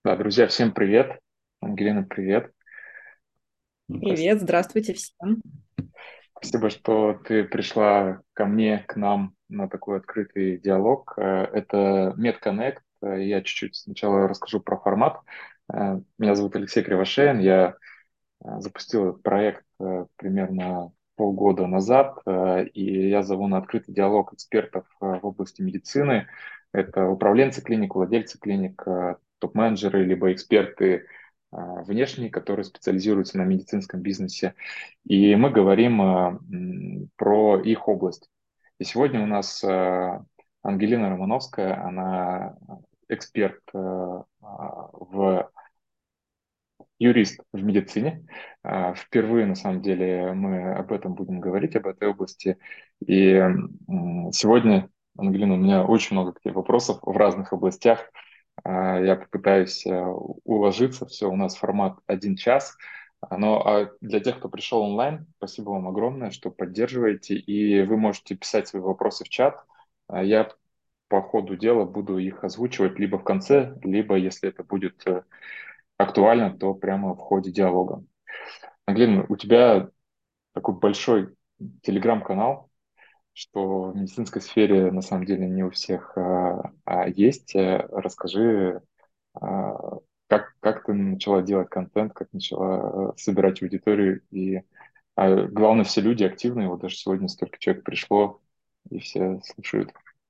Да, друзья, всем привет. Ангелина, привет. Привет, здравствуйте всем. Спасибо, что ты пришла ко мне, к нам на такой открытый диалог. Это MedConnect. Я чуть-чуть сначала расскажу про формат. Меня зовут Алексей Кривошеин. Я запустил этот проект примерно полгода назад, и я зову на открытый диалог экспертов в области медицины. Это управленцы клиник, владельцы клиник, топ-менеджеры, либо эксперты внешние, которые специализируются на медицинском бизнесе. И мы говорим про их область. И сегодня у нас Ангелина Романовская, она эксперт в юрист в медицине. Впервые, на самом деле, мы об этом будем говорить, об этой области. И сегодня, Ангелина, у меня очень много к тебе вопросов в разных областях. Я попытаюсь уложиться. Все, у нас формат 1 час. Но для тех, кто пришел онлайн, спасибо вам огромное, что поддерживаете. И вы можете писать свои вопросы в чат. Я по ходу дела буду их озвучивать либо в конце, либо, если это будет актуально, то прямо в ходе диалога. Ангелина, у тебя такой большой телеграм-канал, что в медицинской сфере на самом деле не у всех есть. Расскажи, а, как ты начала делать контент, как начала собирать аудиторию. И главное, все люди активные. Вот даже сегодня столько человек пришло, и все слушают.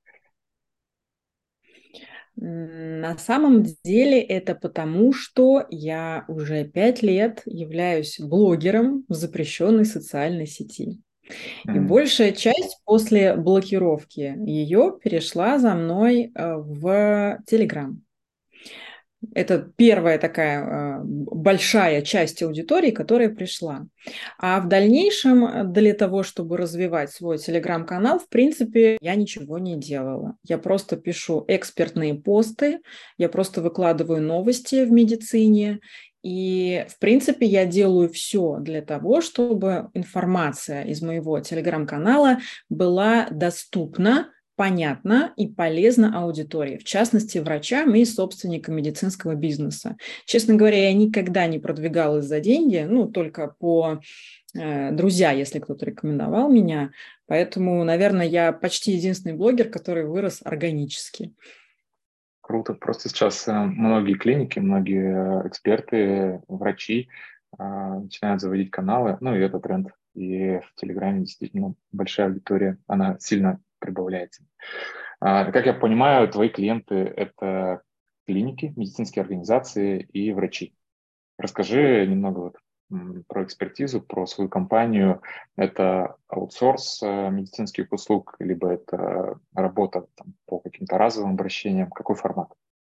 На самом деле это потому, что я уже 5 лет являюсь блогером в запрещенной социальной сети. И М, большая часть после блокировки ее перешла за мной в Телеграм. Это первая такая большая часть аудитории, которая пришла. А в дальнейшем для того, чтобы развивать свой телеграм-канал, в принципе, я ничего не делала. Я просто пишу экспертные посты, я просто выкладываю новости в медицине. И, в принципе, я делаю все для того, чтобы информация из моего телеграм-канала была доступна, понятно и полезно аудитории, в частности, врачам и собственникам медицинского бизнеса. Честно говоря, я никогда не продвигалась за деньги, ну, только по друзья, если кто-то рекомендовал меня. Поэтому, наверное, я почти единственный блогер, который вырос органически. Круто. Просто сейчас многие клиники, многие эксперты, врачи начинают заводить каналы. Ну, и это тренд. И в Телеграме действительно большая аудитория, она сильно прибавляется. Как я понимаю, твои клиенты — это клиники, медицинские организации и врачи. Расскажи немного вот, про экспертизу, про свою компанию. Это аутсорс медицинских услуг, либо это работа там, по каким-то разовым обращениям? Какой формат?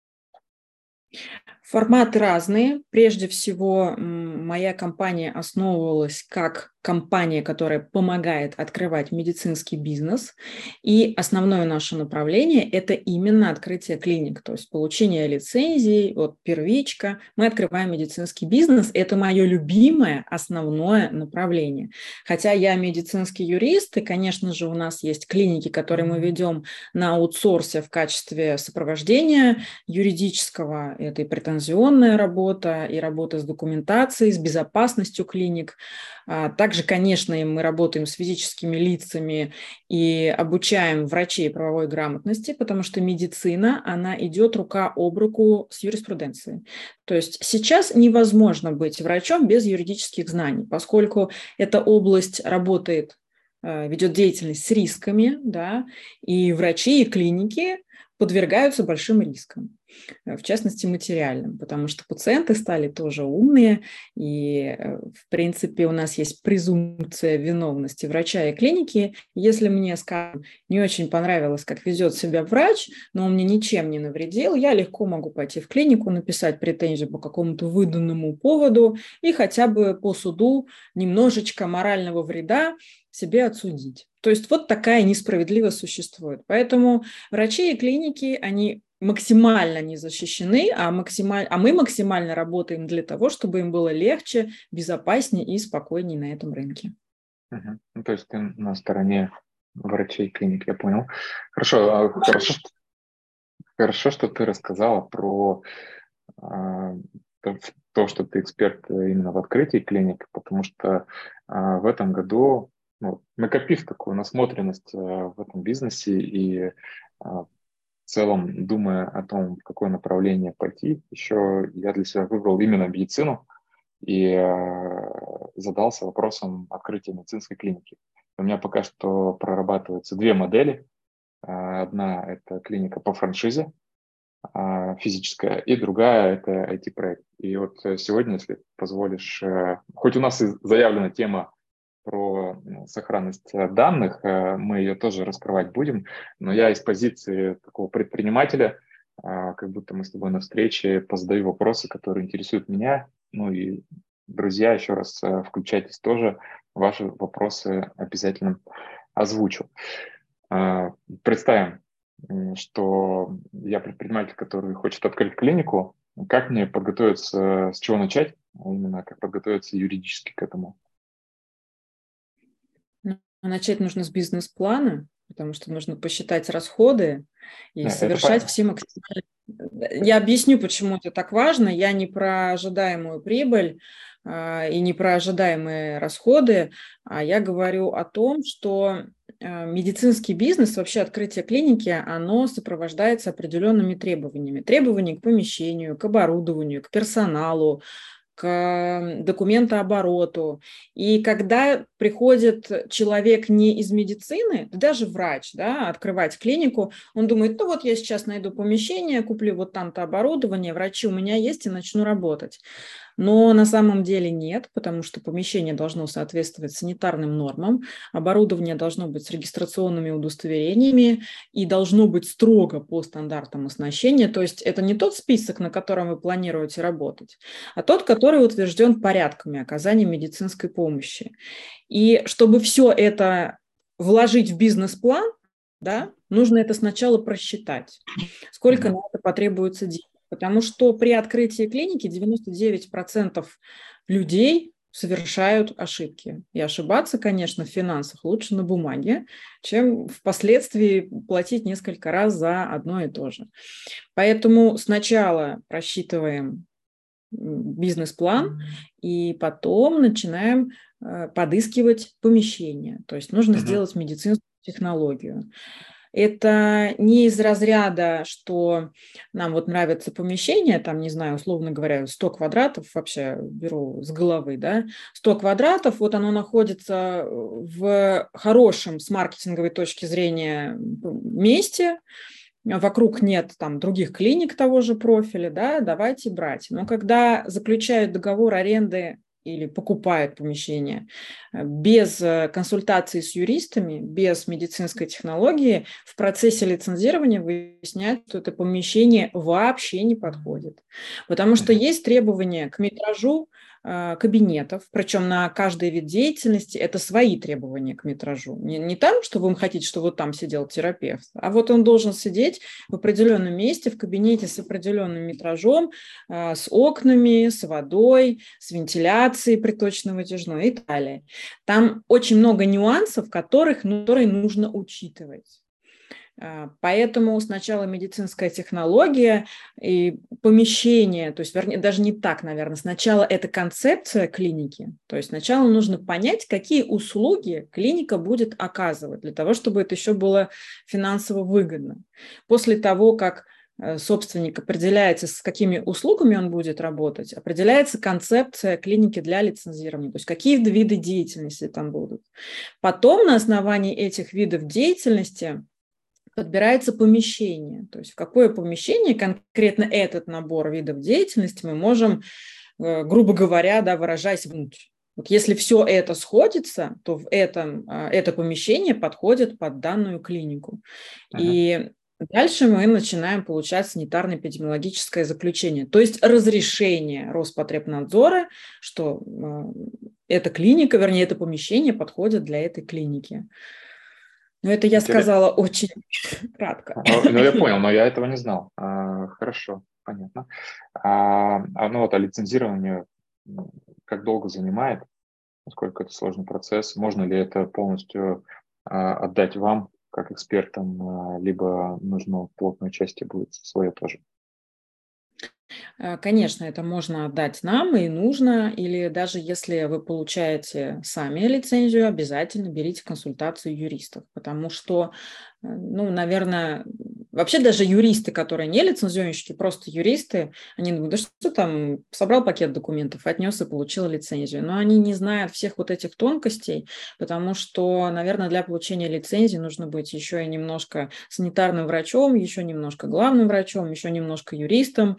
Форматы разные. Прежде всего, моя компания основывалась как компания, которая помогает открывать медицинский бизнес. И основное наше направление – это именно открытие клиник, то есть получение лицензий, вот первичка. Мы открываем медицинский бизнес. Это мое любимое основное направление. Хотя я медицинский юрист, и, конечно же, у нас есть клиники, которые мы ведем на аутсорсе в качестве сопровождения юридического, это и претензионная работа, и работа с документацией, с безопасностью клиник. Также, конечно, мы работаем с физическими лицами и обучаем врачей правовой грамотности, потому что медицина, она идет рука об руку с юриспруденцией. То есть сейчас невозможно быть врачом без юридических знаний, поскольку эта область работает, ведет деятельность с рисками, да, и врачи, и клиники подвергаются большим рискам, в частности, материальным, потому что пациенты стали тоже умные, и, в принципе, у нас есть презумпция виновности врача и клиники. Если мне, скажем, не очень понравилось, как ведет себя врач, но он мне ничем не навредил, я легко могу пойти в клинику, написать претензию по какому-то выданному поводу и хотя бы по суду немножечко морального вреда себе отсудить. То есть вот такая несправедливость существует. Поэтому врачи и клиники, они максимально не защищены, а мы максимально работаем для того, чтобы им было легче, безопаснее и спокойнее на этом рынке. Мгм. Ну, то есть ты на стороне врачей клиник, я понял. Хорошо, хорошо, что ты рассказала про то, что ты эксперт именно в открытии клиник, потому что в этом году, ну, накопив такую насмотренность в этом бизнесе и в целом думая о том, в какое направление пойти, еще я для себя выбрал именно медицину и задался вопросом открытия медицинской клиники. У меня пока что прорабатываются две модели. Одна – это клиника по франшизе, физическая, и другая – это IT-проект. И вот сегодня, если позволишь, хоть у нас и заявлена тема про сохранность данных, мы ее тоже раскрывать будем, но я из позиции такого предпринимателя, как будто мы с тобой на встрече, позадаю вопросы, которые интересуют меня. Ну и, друзья, еще раз включайтесь тоже, ваши вопросы обязательно озвучу. Представим, что я предприниматель, который хочет открыть клинику. Как мне подготовиться, с чего начать, а именно как подготовиться юридически к этому? Ну, начать нужно с бизнес-плана, потому что нужно посчитать расходы и Это совершать понятно. все максимально. Я объясню, почему это так важно. Я не про ожидаемую прибыль и не про ожидаемые расходы, а я говорю о том, что медицинский бизнес, вообще открытие клиники, оно сопровождается определенными требованиями. Требования к помещению, к оборудованию, к персоналу, к документообороту. И когда приходит человек не из медицины, даже врач, да, открывать клинику, он думает, ну вот я сейчас найду помещение, куплю вот там-то оборудование, врачи у меня есть и начну работать. Но на самом деле нет, потому что помещение должно соответствовать санитарным нормам, оборудование должно быть с регистрационными удостоверениями и должно быть строго по стандартам оснащения. То есть это не тот список, на котором вы планируете работать, а тот, который утвержден порядками оказания медицинской помощи. И чтобы все это вложить в бизнес-план, да, нужно это сначала просчитать, сколько Мгм. на это потребуется денег. Потому что при открытии клиники 99% людей совершают ошибки. И ошибаться, конечно, в финансах лучше на бумаге, чем впоследствии платить несколько раз за одно и то же. Поэтому сначала просчитываем бизнес-план, и потом начинаем подыскивать помещение. То есть нужно Мгм. сделать медицинскую технологию. Это не из разряда, что нам вот нравится помещение, там, не знаю, условно говоря, 100 квадратов, вообще беру с головы, да, 100 квадратов, вот оно находится в хорошем с маркетинговой точки зрения месте, вокруг нет там других клиник того же профиля, да, давайте брать. Но когда заключают договор аренды или покупают помещение без консультации с юристами, без медицинской технологии, в процессе лицензирования выясняется, что это помещение вообще не подходит. Потому что Мгм. есть требования к метражу кабинетов, причем на каждый вид деятельности это свои требования к метражу. Не там, что вы хотите, чтобы вот там сидел терапевт, а вот он должен сидеть в определенном месте, в кабинете с определенным метражом, с окнами, с водой, с вентиляцией приточно-вытяжной и так далее. Там очень много нюансов, которые нужно учитывать. Поэтому сначала медицинская технология и помещение, то есть, вернее, даже не так, наверное, сначала это концепция клиники, то есть сначала нужно понять, какие услуги клиника будет оказывать, для того, чтобы это еще было финансово выгодно. После того, как собственник определяется, с какими услугами он будет работать, определяется концепция клиники для лицензирования, то есть какие виды деятельности там будут. Потом на основании этих видов деятельности подбирается помещение, то есть в какое помещение конкретно этот набор видов деятельности мы можем, грубо говоря, да, выражаясь внутрь. Вот если все это сходится, то это помещение подходит под данную клинику. Мгм. И дальше мы начинаем получать санитарно-эпидемиологическое заключение, то есть разрешение Роспотребнадзора, что эта клиника, вернее, это помещение подходит для этой клиники. Но это я сказала очень кратко. Ну, я понял, но я этого не знал. Хорошо, понятно. Ну вот, лицензирование как долго занимает? Насколько это сложный процесс? Можно ли это полностью отдать вам, как экспертам, либо нужно плотное участие будет свое тоже? Конечно, это можно отдать нам и нужно, или даже если вы получаете сами лицензию, обязательно берите консультацию юристов, потому что, ну, наверное, вообще даже юристы, которые не лицензионщики, просто юристы, они думают, да что там, собрал пакет документов, отнес и получил лицензию, но они не знают всех вот этих тонкостей, потому что, наверное, для получения лицензии нужно быть еще и немножко санитарным врачом, еще немножко главным врачом, еще немножко юристом,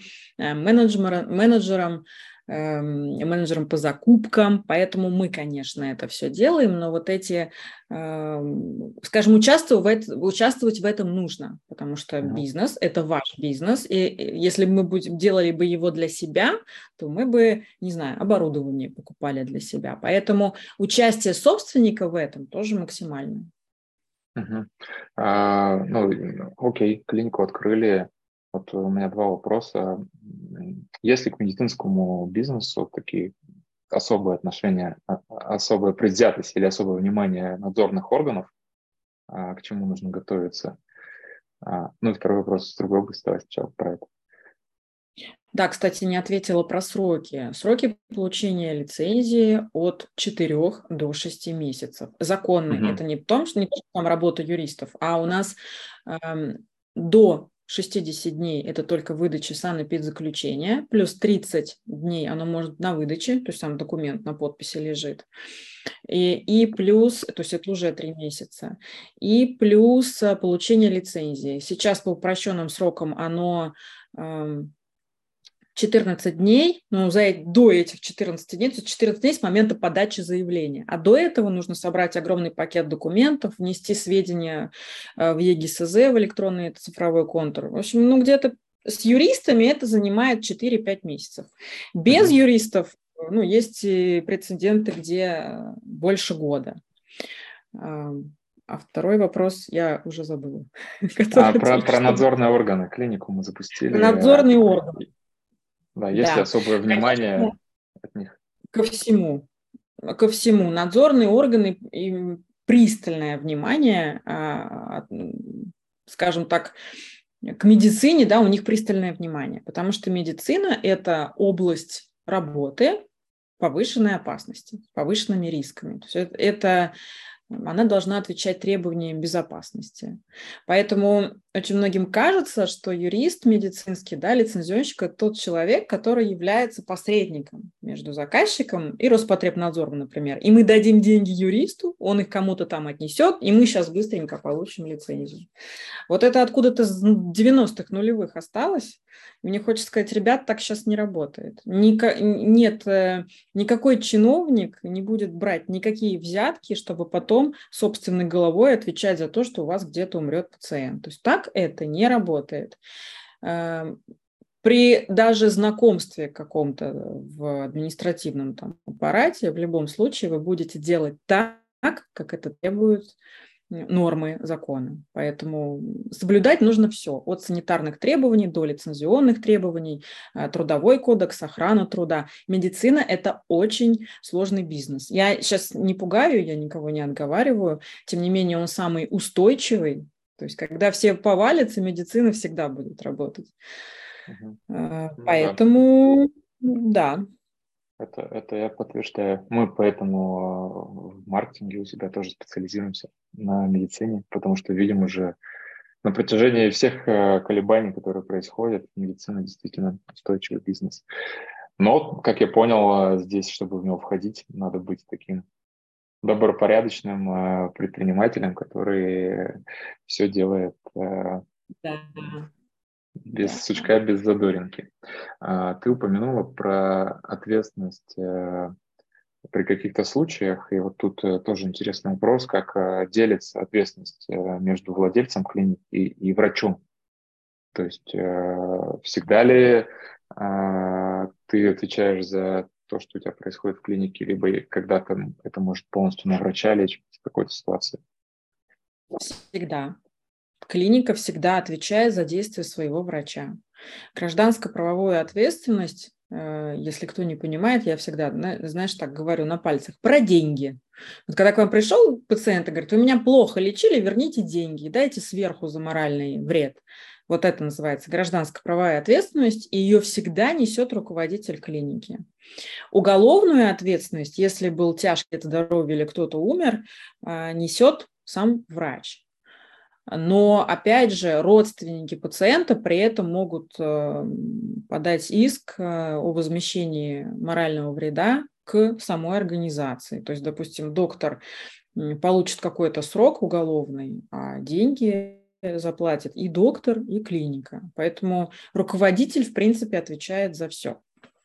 менеджером по закупкам, поэтому мы, конечно, это все делаем, но вот эти, скажем, участвовать в этом нужно, потому что Мгм. бизнес – это ваш бизнес, и если бы мы делали бы его для себя, то мы бы, не знаю, оборудование покупали для себя, поэтому участие собственника в этом тоже максимально. Мгм. Ну, окей, клинику открыли. Вот у меня два вопроса. Есть ли к медицинскому бизнесу такие особые отношения, особая предвзятость или особое внимание надзорных органов, к чему нужно готовиться? Ну и второй вопрос с другой области, давай сначала про это. Да, кстати, не ответила про сроки. Сроки получения лицензии от 4 до 6 месяцев. Законные. Мгм. Это не то, что там работа юристов, а у нас до 60 дней это только выдача санэпидзаключения, плюс 30 дней оно может на выдаче, то есть сам документ на подписи лежит. И плюс, то есть это уже 3 месяца. И плюс получение лицензии. Сейчас по упрощенным срокам оно 14 дней, ну, до этих 14 дней, то есть 14 дней с момента подачи заявления. А до этого нужно собрать огромный пакет документов, внести сведения в ЕГИСЗ, в электронный цифровой контур. В общем, ну, где-то с юристами это занимает 4-5 месяцев. Без Мгм. юристов, ну, есть и прецеденты, где больше года. А второй вопрос я уже забыла, который только Про что был. надзорные органы. Клинику мы запустили. Надзорный орган, Да, есть ли да. особое Конечно, внимание от них? ко всему. Ко всему. Надзорные органы и пристальное внимание, скажем так, к медицине, да, у них пристальное внимание, потому что медицина – это область работы повышенной опасности, с повышенными рисками. То есть это она должна отвечать требованиям безопасности. Поэтому очень многим кажется, что юрист медицинский, да, лицензионщик – это тот человек, который является посредником между заказчиком и Роспотребнадзором, например. И мы дадим деньги юристу, он их кому-то там отнесет, и мы сейчас быстренько получим лицензию. Вот это откуда-то с 90-х нулевых осталось. Мне хочется сказать, ребят, так сейчас не работает. Нет, никакой чиновник не будет брать никакие взятки, чтобы потом собственной головой отвечать за то, что у вас где-то умрет пациент. То есть так это не работает. При даже знакомстве каком-то в административном там аппарате в любом случае вы будете делать так, как это требует нормы закона. Поэтому соблюдать нужно все, от санитарных требований до лицензионных требований, трудовой кодекс, охрана труда. Медицина – это очень сложный бизнес. Я сейчас не пугаю, я никого не отговариваю, тем не менее он самый устойчивый. То есть когда все повалятся, медицина всегда будет работать. Мгм. Ну да. Поэтому, да. Это я подтверждаю. Мы поэтому в маркетинге у себя тоже специализируемся на медицине, потому что видим уже на протяжении всех колебаний, которые происходят, медицина действительно устойчивый бизнес. Но, как я понял, здесь, чтобы в него входить, надо быть таким добропорядочным предпринимателем, который все делает Да, без да. сучка, без задоринки. Ты упомянула про ответственность при каких-то случаях, и вот тут тоже интересный вопрос, как делится ответственность между владельцем клиники и врачом. То есть всегда ли ты отвечаешь за то, что у тебя происходит в клинике, либо когда-то это может полностью на врача лечь в какой-то ситуации? Всегда. Клиника всегда отвечает за действия своего врача. Гражданско-правовую ответственность, если кто не понимает, я всегда, знаешь, так говорю на пальцах, про деньги. Вот когда к вам пришел пациент и говорит, вы меня плохо лечили, верните деньги, дайте сверху за моральный вред. Вот это называется гражданско-правовая ответственность, и ее всегда несет руководитель клиники. Уголовную ответственность, если был тяжкий здоровье или кто-то умер, несет сам врач. Но, опять же, родственники пациента при этом могут подать иск о возмещении морального вреда к самой организации. То есть, допустим, доктор получит какой-то срок уголовный, а деньги заплатит и доктор, и клиника. Поэтому руководитель, в принципе, отвечает за все.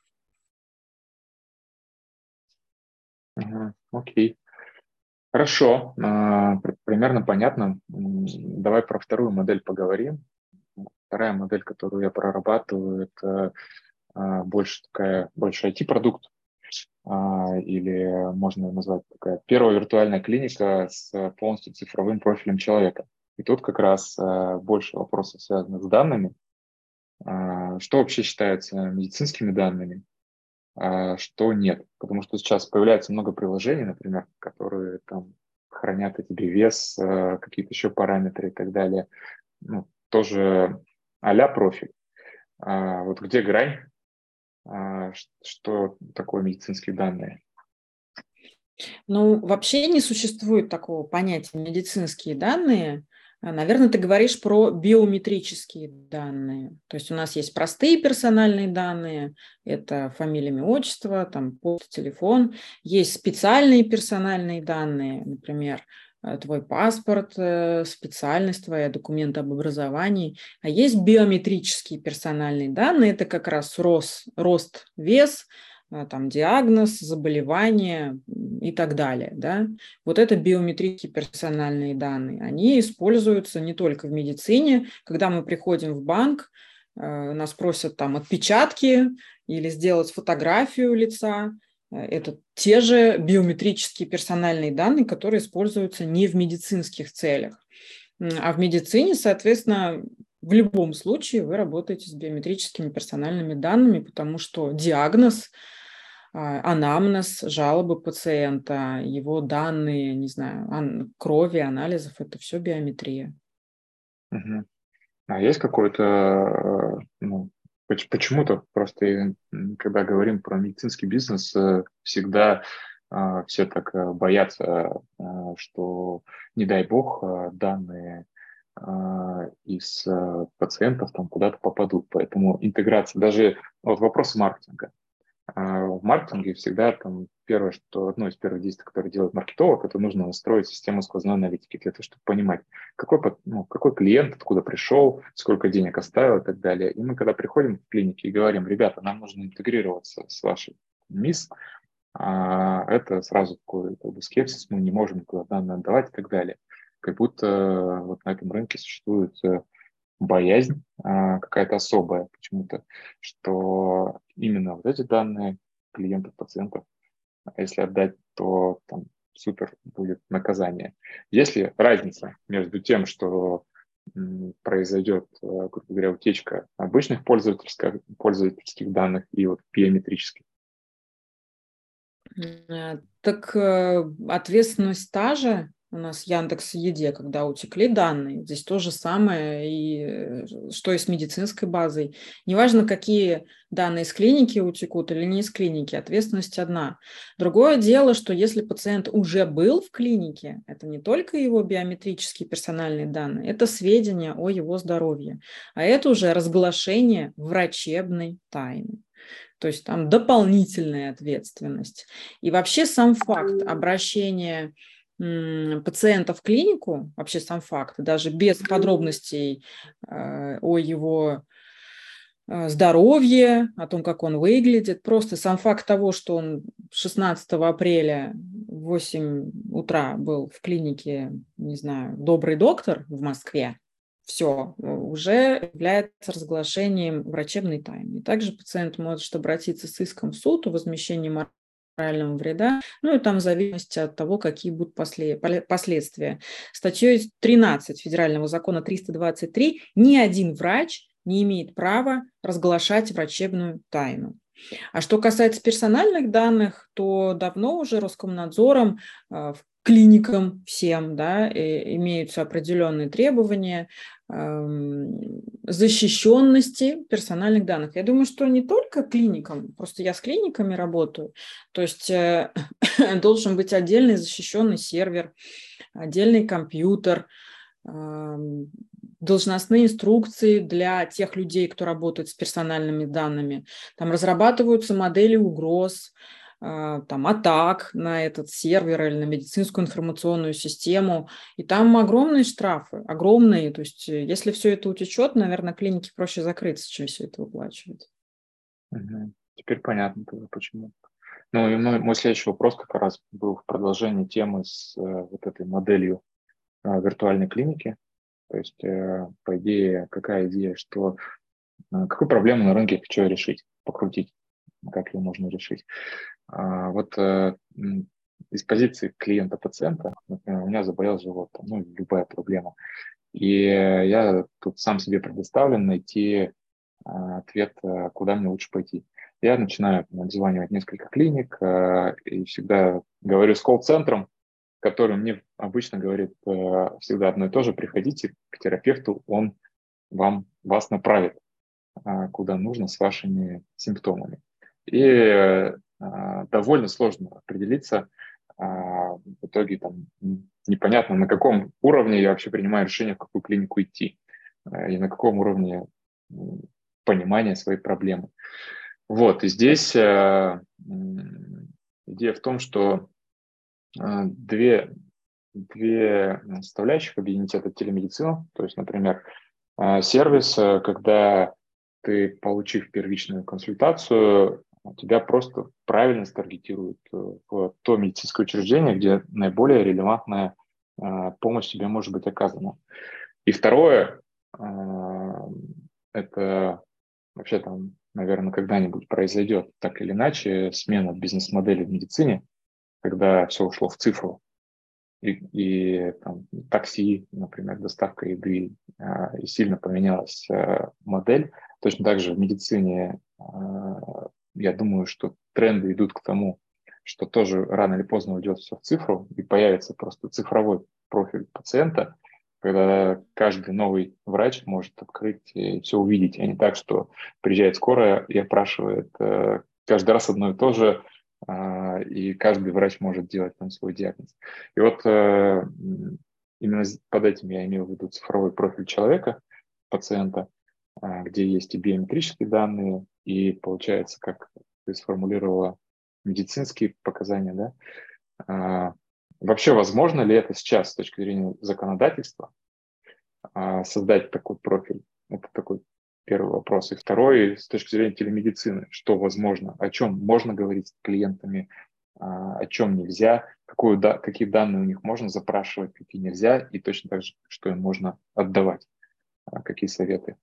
Окей. Хорошо, примерно понятно. Давай про вторую модель поговорим. Вторая модель, которую я прорабатываю, это больше IT-продукт, или можно назвать такая первая виртуальная клиника с полностью цифровым профилем человека. И тут как раз больше вопросов, связанных с данными. Что вообще считается медицинскими данными, что нет. Потому что сейчас появляется много приложений, например, которые там хранят о тебе вес, какие-то еще параметры и так далее. Ну, тоже а-ля профиль. Вот где грань, что такое медицинские данные? Ну, вообще не существует такого понятия медицинские данные. Наверное, ты говоришь про биометрические данные. То есть у нас есть простые персональные данные, это фамилия, имя, отчество, там, пост, телефон. Есть специальные персональные данные, например, твой паспорт, специальность твоя, документ об образовании. А есть биометрические персональные данные, это как раз рост, вес, там, диагноз, заболевание и так далее. Да? Вот это биометрические персональные данные. Они используются не только в медицине. Когда мы приходим в банк, нас просят там отпечатки или сделать фотографию лица. Это те же биометрические персональные данные, которые используются не в медицинских целях. А в медицине, соответственно, в любом случае вы работаете с биометрическими персональными данными, потому что диагноз, анамнез, жалобы пациента, его данные, не знаю, крови, анализов – это все биометрия. Угу. А есть какой-то, почему-то просто, когда говорим про медицинский бизнес, всегда все так боятся, что, не дай бог, данные из пациентов там куда-то попадут. Поэтому интеграция, даже вот вопрос маркетинга. В маркетинге всегда там одно из первых действий, которое делает маркетолог, это нужно настроить систему сквозной аналитики для того, чтобы понимать, какой клиент, откуда пришел, сколько денег оставил и так далее. И мы, когда приходим в клиники и говорим, ребята, нам нужно интегрироваться с вашей МИС, это сразу такой скепсис, мы не можем никуда данные отдавать и так далее. Как будто вот на этом рынке существует боязнь какая-то особая почему-то, что именно вот эти данные клиентов, пациентов, если отдать, то там супер будет наказание. Есть ли разница между тем, что произойдет, грубо говоря, утечка обычных пользовательских данных и вот биометрических? Так ответственность та же. У нас Яндекс.Еде, когда утекли данные, здесь то же самое, и что и с медицинской базой. Неважно, какие данные из клиники утекут или не из клиники, ответственность одна. Другое дело, что если пациент уже был в клинике, это не только его биометрические персональные данные, это сведения о его здоровье, а это уже разглашение врачебной тайны. То есть там дополнительная ответственность. И вообще сам факт обращения пациента в клинику, вообще сам факт, даже без подробностей о его здоровье, о том, как он выглядит, просто сам факт того, что он 16 апреля в 8 утра был в клинике, не знаю, добрый доктор в Москве, все, уже является разглашением врачебной тайны. Также пациент может обратиться с иском в суд о возмещении морального вреда, ну и там в зависимости от того, какие будут последствия. Статьей 13 Федерального закона 323 ни один врач не имеет права разглашать врачебную тайну. А что касается персональных данных, то давно уже Роскомнадзором в клиникам всем, да, имеются определенные требования защищенности персональных данных. Я думаю, что не только клиникам, просто я с клиниками работаю, то есть должен быть отдельный защищенный сервер, отдельный компьютер, должностные инструкции для тех людей, кто работает с персональными данными. Там разрабатываются модели угроз, там, атак на этот сервер или на медицинскую информационную систему. И там огромные штрафы, огромные. То есть если все это утечет, наверное, клинике проще закрыться, чем все это выплачивать. Теперь понятно тоже, почему. Ну и мой следующий вопрос как раз был в продолжении темы с вот этой моделью виртуальной клиники. То есть, по идее, какая идея, что какую проблему на рынке хочу решить, покрутить, как ее можно решить. Вот из позиции клиента-пациента, например, у меня заболел живот, ну, любая проблема. И я тут сам себе предоставлен найти ответ, куда мне лучше пойти. Я начинаю обзванивать несколько клиник и всегда говорю с колл-центром, который мне обычно говорит всегда одно и то же: приходите к терапевту, он вас направит куда нужно с вашими симптомами. И довольно сложно определиться в итоге там непонятно, на каком уровне я вообще принимаю решение, в какую клинику идти, и на каком уровне понимания своей проблемы. Вот, и здесь идея в том, что две составляющих объединить — это телемедицину, то есть, например, сервис, когда ты, получив первичную консультацию, тебя просто правильно старгетируют в то медицинское учреждение, где наиболее релевантная помощь тебе может быть оказана. И второе, это вообще там, наверное, когда-нибудь произойдет так или иначе смена бизнес-модели в медицине, когда все ушло в цифру. И там, такси, например, доставка еды, и сильно поменялась модель. Точно так же в медицине, я думаю, что тренды идут к тому, что тоже рано или поздно уйдет все в цифру, и появится просто цифровой профиль пациента, когда каждый новый врач может открыть и все увидеть, а не так, что приезжает скорая и опрашивает каждый раз одно и то же, и каждый врач может делать там свой диагноз. И вот именно под этим я имел в виду цифровой профиль человека, пациента, где есть и биометрические данные, и получается, как ты сформулировала, медицинские показания, да? Вообще, возможно ли это сейчас с точки зрения законодательства создать такой профиль? Это такой первый вопрос. И второй, с точки зрения телемедицины, что возможно, о чем можно говорить с клиентами, о чем нельзя, какие данные у них можно запрашивать, какие нельзя, и точно так же, что им можно отдавать, какие советы.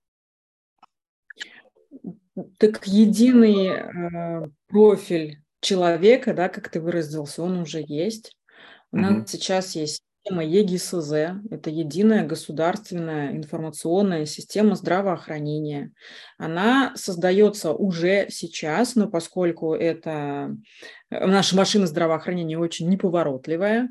Так единый профиль человека, да, как ты выразился, он уже есть. У нас сейчас есть система ЕГИСЗ, это единая государственная информационная система здравоохранения. Она создается уже сейчас, но поскольку это наша машина здравоохранения очень неповоротливая,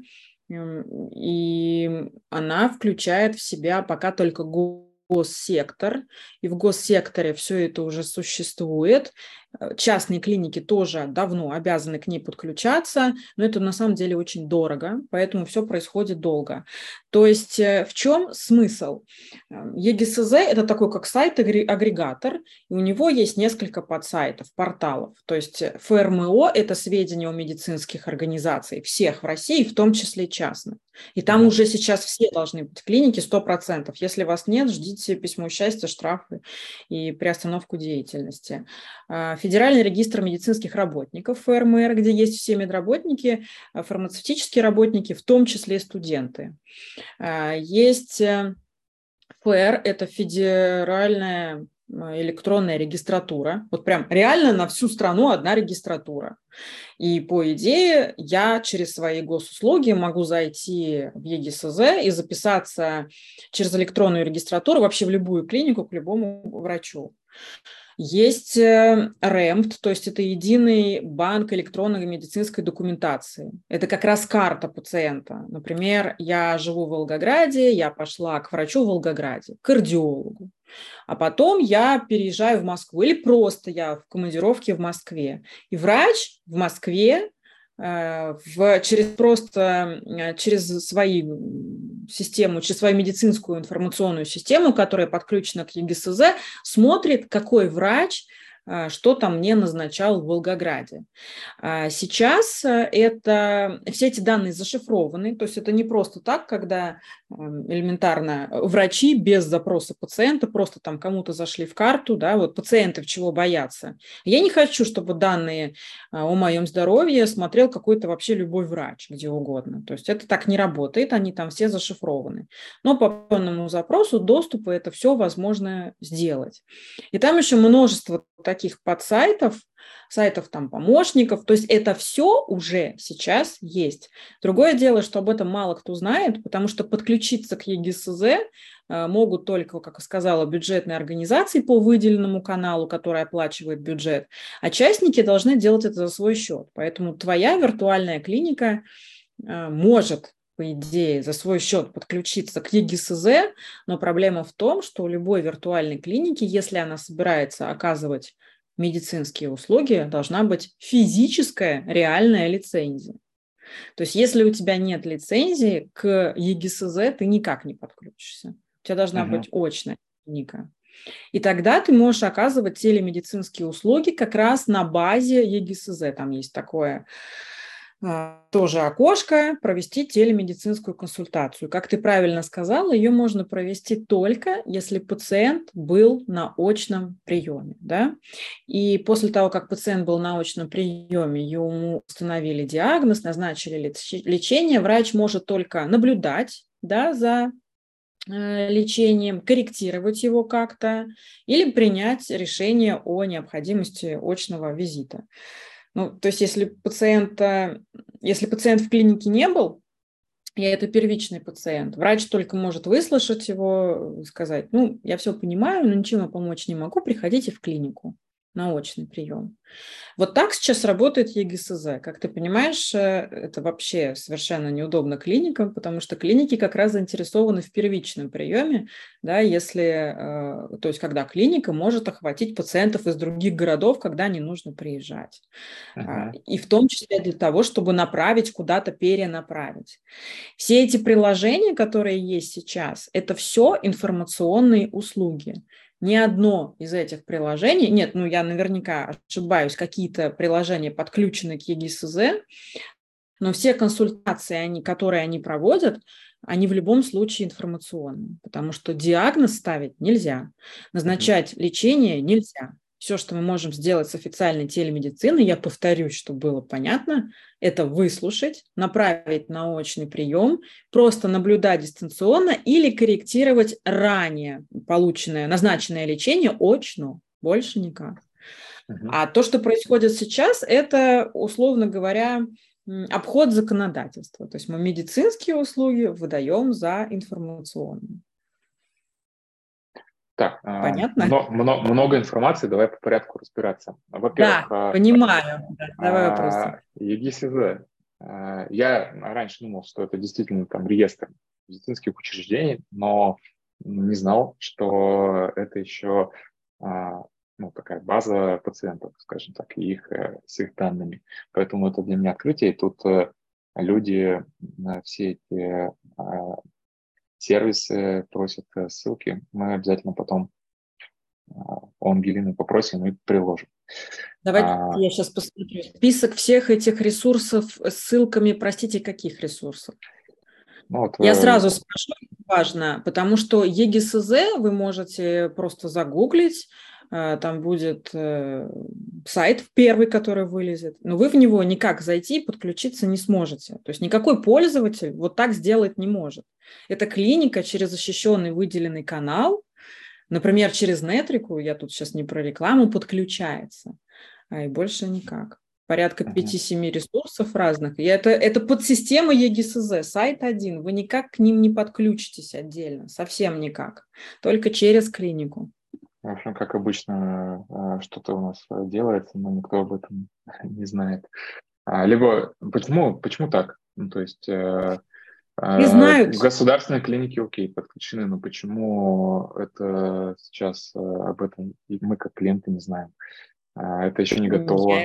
и она включает в себя пока только госсектор, и в госсекторе все это уже существует. Частные клиники тоже давно обязаны к ней подключаться, но это на самом деле очень дорого, поэтому все происходит долго. То есть в чем смысл? ЕГИСЗ – это такой как сайт-агрегатор, и у него есть несколько подсайтов, порталов. То есть ФРМО – это сведения о медицинских организациях, всех в России, в том числе частных. И там уже сейчас все должны быть клиники 100%. Если вас нет, ждите письмо счастья, штрафы и приостановку деятельности. Федеральный регистр медицинских работников, ФРМР, где есть все медработники, фармацевтические работники, в том числе студенты. Есть ФР, это федеральная электронная регистратура. Вот прям реально на всю страну одна регистратура. И по идее я через свои госуслуги могу зайти в ЕГИСЗ и записаться через электронную регистратуру вообще в любую клинику к любому врачу. Есть РЭМП, то есть это единый банк электронной медицинской документации. Это как раз карта пациента. Например, я живу в Волгограде, я пошла к врачу в Волгограде, к кардиологу. А потом я переезжаю в Москву или просто я в командировке в Москве. И врач в Москве через свою систему, через свою медицинскую информационную систему, которая подключена к ЕГСЗ, смотрит, какой врач что там мне назначал в Волгограде. Сейчас все эти данные зашифрованы, то есть это не просто так, когда элементарно врачи без запроса пациента просто там кому-то зашли в карту, да, вот пациенты чего боятся. Я не хочу, чтобы данные о моем здоровье смотрел какой-то вообще любой врач, где угодно. То есть это так не работает, они там все зашифрованы. Но по определенному запросу доступа это все возможно сделать. И там еще множество таких подсайтов, сайтов там помощников, то есть это все уже сейчас есть. Другое дело, что об этом мало кто знает, потому что подключиться к ЕГСЗ могут только, как я сказала, бюджетные организации по выделенному каналу, который оплачивает бюджет, а частники должны делать это за свой счет. Поэтому твоя виртуальная клиника может, по идее, за свой счет подключиться к ЕГСЗ, но проблема в том, что у любой виртуальной клиники, если она собирается оказывать медицинские услуги, должна быть физическая реальная лицензия. То есть если у тебя нет лицензии, к ЕГСЗ ты никак не подключишься. У тебя должна быть очная клиника. И тогда ты можешь оказывать телемедицинские услуги как раз на базе ЕГСЗ. Там есть такое тоже окошко, провести телемедицинскую консультацию. Как ты правильно сказала, ее можно провести только, если пациент был на очном приеме. Да? И после того, как пациент был на очном приеме, ему установили диагноз, назначили лечение, врач может только наблюдать, да, за лечением, корректировать его как-то или принять решение о необходимости очного визита. Ну, то есть если пациент в клинике не был, и это первичный пациент, врач только может выслушать его, сказать, ну, я все понимаю, но ничем помочь не могу, приходите в клинику на очный прием. Вот так сейчас работает ЕГСЗ. Как ты понимаешь, это вообще совершенно неудобно клиникам, потому что клиники как раз заинтересованы в первичном приеме, да, то есть когда клиника может охватить пациентов из других городов, когда не нужно приезжать. И в том числе для того, чтобы направить куда-то, перенаправить. Все эти приложения, которые есть сейчас, это все информационные услуги. Ни одно из этих приложений, нет, ну я наверняка ошибаюсь, какие-то приложения подключены к ЕГСЗ, но все консультации, которые они проводят, они в любом случае информационные, потому что диагноз ставить нельзя, назначать лечение нельзя. Все, что мы можем сделать с официальной телемедициной, я повторюсь, чтобы было понятно, это выслушать, направить на очный прием, просто наблюдать дистанционно или корректировать ранее полученное, назначенное лечение очно, больше никак. А то, что происходит сейчас, это, условно говоря, обход законодательства. То есть мы медицинские услуги выдаем за информационные. Так, понятно? Много информации, давай по порядку разбираться. Во-первых, да, понимаю. Давай вопросы. ЕГСЗ. Я раньше думал, что это действительно там реестр медицинских учреждений, но не знал, что это еще такая база пациентов, скажем так, и с их данными. Поэтому это для меня открытие. И тут люди на все эти сервисы просят ссылки. Мы обязательно потом у Ангелины попросим и приложим. Давайте я сейчас посмотрю. Список всех этих ресурсов с ссылками, простите, каких ресурсов? Я сразу спрошу, важно, потому что ЕГСЗ вы можете просто загуглить, там будет сайт первый, который вылезет, но вы в него никак зайти и подключиться не сможете. То есть никакой пользователь вот так сделать не может. Это клиника через защищенный выделенный канал, например, через Нетрику, я тут сейчас не про рекламу, подключается, и больше никак. Порядка 5-7 ресурсов разных. И это подсистема ЕГСЗ, сайт один. Вы никак к ним не подключитесь отдельно, совсем никак. Только через клинику. В общем, как обычно, что-то у нас делается, но никто об этом не знает. Либо почему так? Ну, то есть Не знают. государственные клиники, окей, подключены, но почему это сейчас об этом и мы как клиенты не знаем? Это еще не Я готово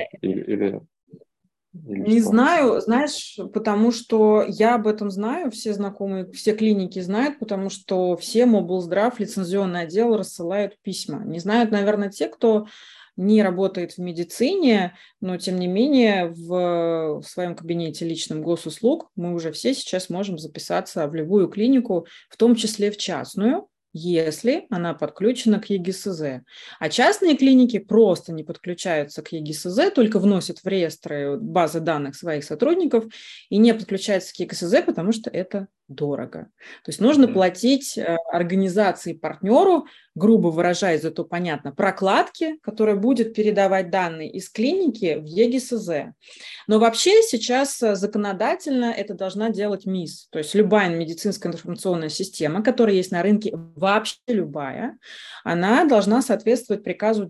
или не что? знаю, знаешь, потому что я об этом знаю, все знакомые, все клиники знают, потому что всем облздрав, лицензионный отдел рассылают письма. Не знают, наверное, те, кто не работает в медицине, но тем не менее в своем кабинете личном госуслуг мы уже все сейчас можем записаться в любую клинику, в том числе в частную, если она подключена к ЕГСЗ. А частные клиники просто не подключаются к ЕГСЗ, только вносят в реестры базы данных своих сотрудников и не подключаются к ЕГСЗ, потому что это дорого. То есть нужно Мгм. платить организации-партнеру, грубо выражаясь, зато понятно, прокладки, которая будет передавать данные из клиники в ЕГСЗ. Но вообще сейчас законодательно это должна делать МИС. То есть любая медицинская информационная система, которая есть на рынке, вообще любая, она должна соответствовать приказу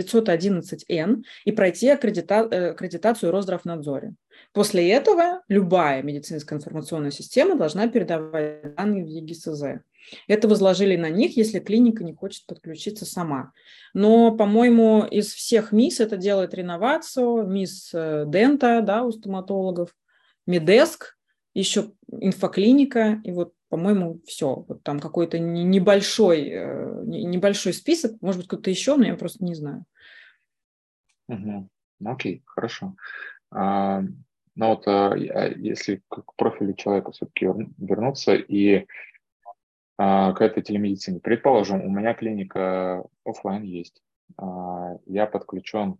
911Н и пройти аккредитацию Росздравнадзоре. После этого любая медицинская информационная система должна передавать данные в ЕГСЗ. Это возложили на них, если клиника не хочет подключиться сама. Но, по-моему, из всех МИС это делает Реновацио, МИС Дента, да, у стоматологов, Медеск, еще инфоклиника, и вот, по-моему, все. Вот там какой-то небольшой список, может быть, кто-то еще, но я просто не знаю. Мгм. Ну, окей, хорошо. А, Но вот если к профилю человека все-таки вернуться и к этой телемедицине. Предположим, у меня клиника оффлайн есть. Я подключен,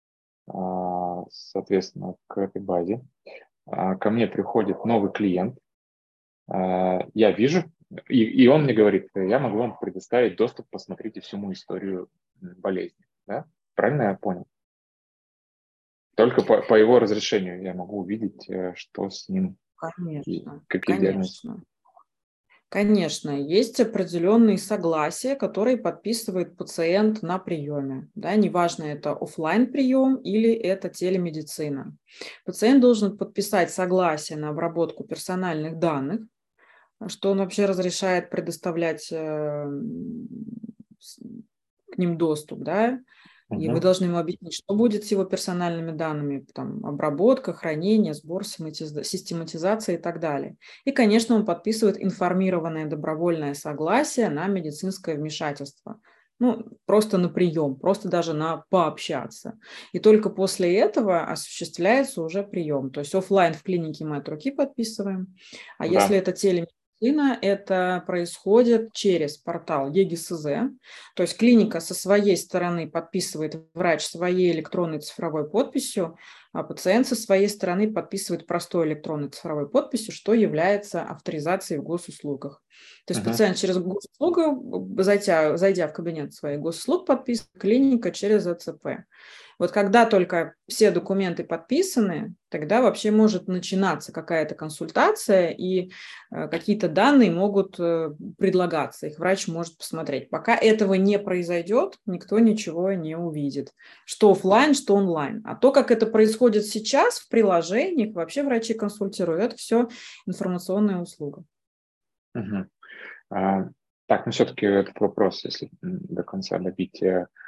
соответственно, к этой базе. Ко мне приходит новый клиент. Я вижу, и он мне говорит, я могу вам предоставить доступ, посмотрите всю мою историю болезни. Да? Правильно я понял? Только по его разрешению я могу увидеть, что с ним и Конечно, какие диагнозы. конечно. Конечно, есть определенные согласия, которые подписывает пациент на приеме. Да, неважно, это офлайн прием или это телемедицина. Пациент должен подписать согласие на обработку персональных данных, что он вообще разрешает предоставлять к ним доступ, да, и вы Мгм. должны ему объяснить, что будет с его персональными данными, там, обработка, хранение, сбор, систематизация и так далее. И, конечно, он подписывает информированное добровольное согласие на медицинское вмешательство. Ну, просто на прием, просто даже на пообщаться. И только после этого осуществляется уже прием. То есть офлайн в клинике мы от руки подписываем, а если Да. это телемедицина, это происходит через портал ЕГСЗ, то есть клиника со своей стороны подписывает, врач своей электронной цифровой подписью, а пациент со своей стороны подписывает простой электронной цифровой подписью, что является авторизацией в госуслугах. То есть Мгм. пациент через госуслугу, зайдя в кабинет своих госуслуг, подписывает, клиника через АЦП. Вот когда только все документы подписаны, тогда вообще может начинаться какая-то консультация, и какие-то данные могут предлагаться, их врач может посмотреть. Пока этого не произойдет, никто ничего не увидит. Что офлайн, что онлайн. А то, как это происходит сейчас в приложениях, вообще врачи консультируют, это все информационная услуга. Мгм. А, Так, ну все-таки этот вопрос, если до конца добить.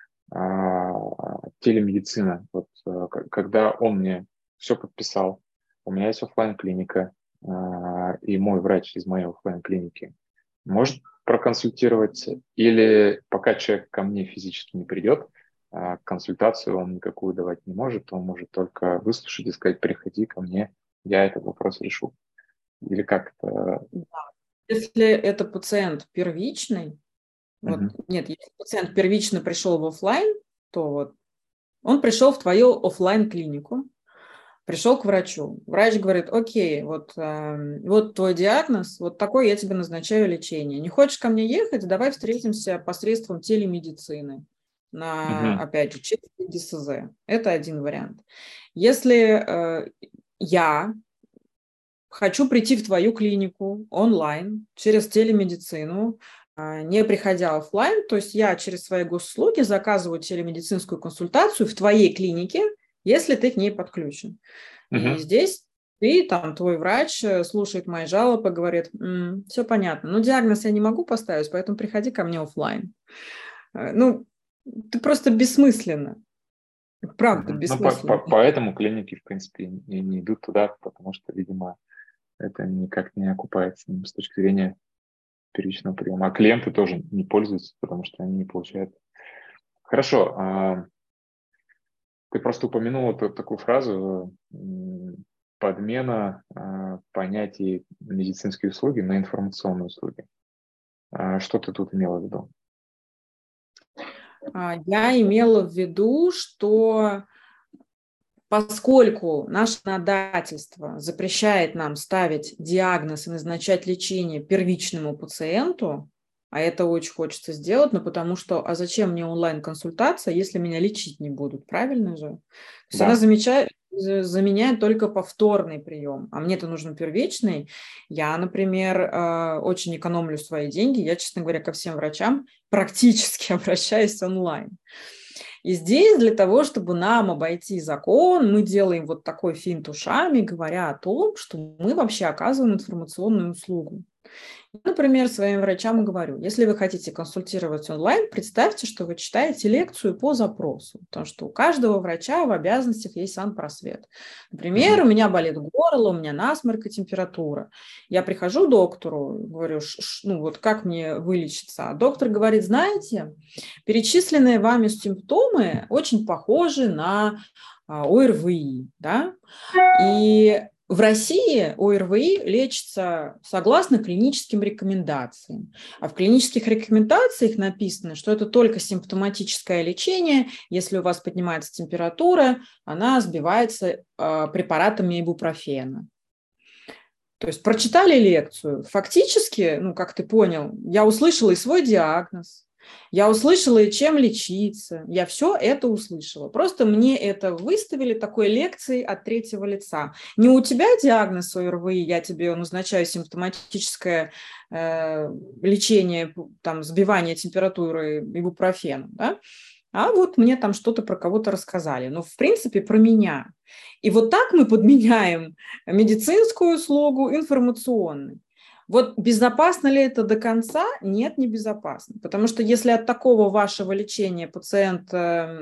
Телемедицина. Вот, когда он мне все подписал, у меня есть оффлайн клиника и мой врач из моей оффлайн клиники может проконсультировать, или пока человек ко мне физически не придет, консультацию он никакую давать не может, он может только выслушать и сказать, приходи ко мне, я этот вопрос решу. Или как это? Если это пациент первичный, вот Мгм. нет, если пациент первично пришел в офлайн, то вот он пришел в твою офлайн клинику, пришел к врачу. Врач говорит, окей, вот твой диагноз, вот такой я тебе назначаю лечение. Не хочешь ко мне ехать? Давай встретимся посредством телемедицины. Мгм. Опять же, через ДСЗ. Это один вариант. Если я хочу прийти в твою клинику онлайн через телемедицину, не приходя оффлайн, то есть я через свои госуслуги заказываю телемедицинскую консультацию в твоей клинике, если ты к ней подключен. И здесь ты, там, твой врач слушает мои жалобы, говорит, все понятно, но диагноз я не могу поставить, поэтому приходи ко мне оффлайн. Ну, ты просто бессмысленно. Правда, бессмысленно. Поэтому клиники, в принципе, не идут туда, потому что, видимо, это никак не окупается с точки зрения первичного приема. А клиенты тоже не пользуются, потому что они не получают. Хорошо. Ты просто упомянул такую фразу подмена понятий медицинские услуги на информационные услуги. Что ты тут имела в виду? Я имела в виду, что поскольку наше законодательство запрещает нам ставить диагноз и назначать лечение первичному пациенту, а это очень хочется сделать, но потому что, а зачем мне онлайн-консультация, если меня лечить не будут, правильно же? То есть она заменяет только повторный прием, а мне-то нужен первичный. Я, например, очень экономлю свои деньги, я, честно говоря, ко всем врачам практически обращаюсь онлайн. И здесь для того, чтобы нам обойти закон, мы делаем вот такой финт ушами, говоря о том, что мы вообще оказываем информационную услугу. Например, своим врачам говорю, если вы хотите консультировать онлайн, представьте, что вы читаете лекцию по запросу, потому что у каждого врача в обязанностях есть санпросвет. Например, у меня болит горло, у меня насморк и температура. Я прихожу к доктору, говорю, ну вот как мне вылечиться? А доктор говорит, знаете, перечисленные вами симптомы очень похожи на ОРВИ, да, и в России ОРВИ лечится согласно клиническим рекомендациям. А в клинических рекомендациях написано, что это только симптоматическое лечение. Если у вас поднимается температура, она сбивается препаратами ибупрофена. То есть прочитали лекцию. Фактически, ну, как ты понял, я услышала и свой диагноз, я услышала, и чем лечиться. Я все это услышала. Просто мне это выставили такой лекцией от третьего лица. Не у тебя диагноз ОРВИ, я тебе назначаю симптоматическое лечение, там, сбивание температуры ибупрофеном, да? А вот мне там что-то про кого-то рассказали. Но, в принципе, про меня. И вот так мы подменяем медицинскую услугу информационной. Вот безопасно ли это до конца? Нет, не безопасно. Потому что если от такого вашего лечения пациент,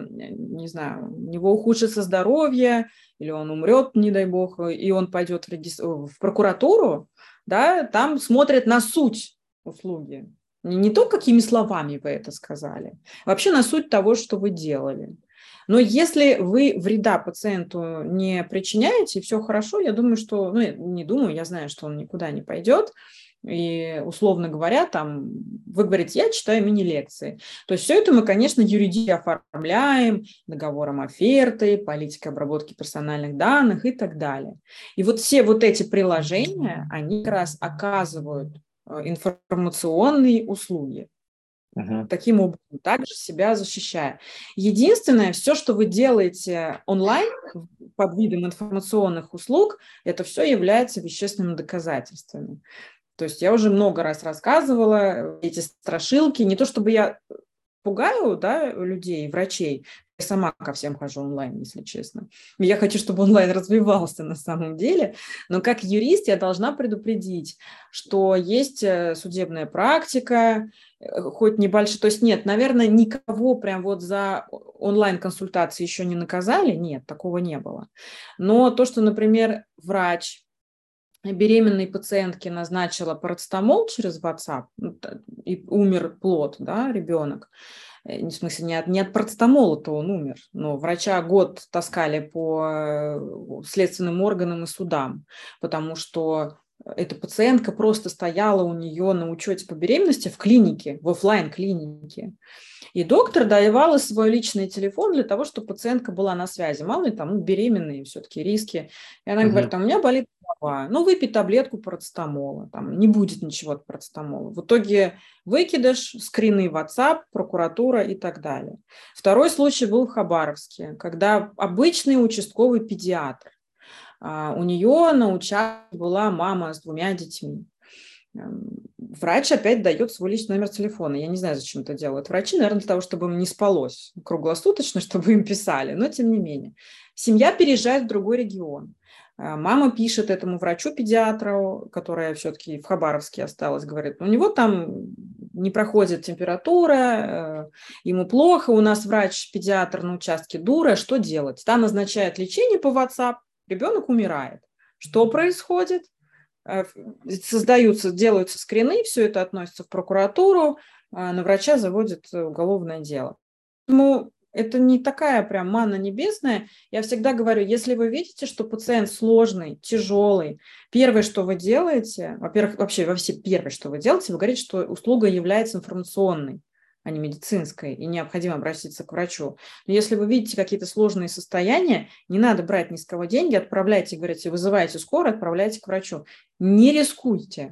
не знаю, у него ухудшится здоровье, или он умрет, не дай бог, и он пойдет в прокуратуру, да, там смотрят на суть услуги. Не то, какими словами вы это сказали, вообще на суть того, что вы делали. Но если вы вреда пациенту не причиняете, все хорошо, я думаю, что, ну, не думаю, я знаю, что он никуда не пойдет. И, условно говоря, там, вы говорите, я читаю мини-лекции. То есть все это мы, конечно, юридически оформляем, договором оферты, политикой обработки персональных данных и так далее. И вот все вот эти приложения, они как раз оказывают информационные услуги. Таким образом, также себя защищая. Единственное, все, что вы делаете онлайн под видом информационных услуг, это все является вещественными доказательствами. То есть я уже много раз рассказывала эти страшилки. Не то чтобы я пугаю, да, людей, врачей, я сама ко всем хожу онлайн, если честно. Я хочу, чтобы онлайн развивался на самом деле, но как юрист я должна предупредить, что есть судебная практика, хоть небольшая, то есть нет, наверное, никого прям вот за онлайн-консультации еще не наказали, нет, такого не было. Но то, что, например, врач беременной пациентке назначила парацетамол через WhatsApp, и умер плод, да, ребенок, в смысле не от парацетамола-то он умер, но врача год таскали по следственным органам и судам, потому что эта пациентка просто стояла у нее на учете по беременности в клинике, в офлайн-клинике. И доктор давал свой личный телефон для того, чтобы пациентка была на связи. Мало ли там беременные все-таки риски. И она говорит, у меня болит голова. Ну, выпей таблетку парацетамола. Там не будет ничего от парацетамола. В итоге выкидыш, скрины WhatsApp, прокуратура и так далее. Второй случай был в Хабаровске, когда обычный участковый педиатр. У нее на участке была мама с 2 детьми. Врач опять дает свой личный номер телефона. Я не знаю, зачем это делают врачи. Наверное, для того, чтобы им не спалось круглосуточно, чтобы им писали. Но тем не менее. Семья переезжает в другой регион. Мама пишет этому врачу-педиатру, которая все-таки в Хабаровске осталась, говорит, у него там не проходит температура, ему плохо, у нас врач-педиатр на участке дура, что делать? Та назначает лечение по WhatsApp, ребенок умирает. Что происходит? Делаются скрины, все это относится в прокуратуру, на врача заводят уголовное дело. Поэтому это не такая прям манна небесная. Я всегда говорю, если вы видите, что пациент сложный, тяжелый, первое, что вы делаете, во-первых, вообще первое, что вы делаете, вы говорите, что услуга является информационной, а не медицинской, и необходимо обратиться к врачу. Но если вы видите какие-то сложные состояния, не надо брать ни с кого деньги, отправляйте, говорите, вызывайте скорую, отправляйте к врачу. Не рискуйте.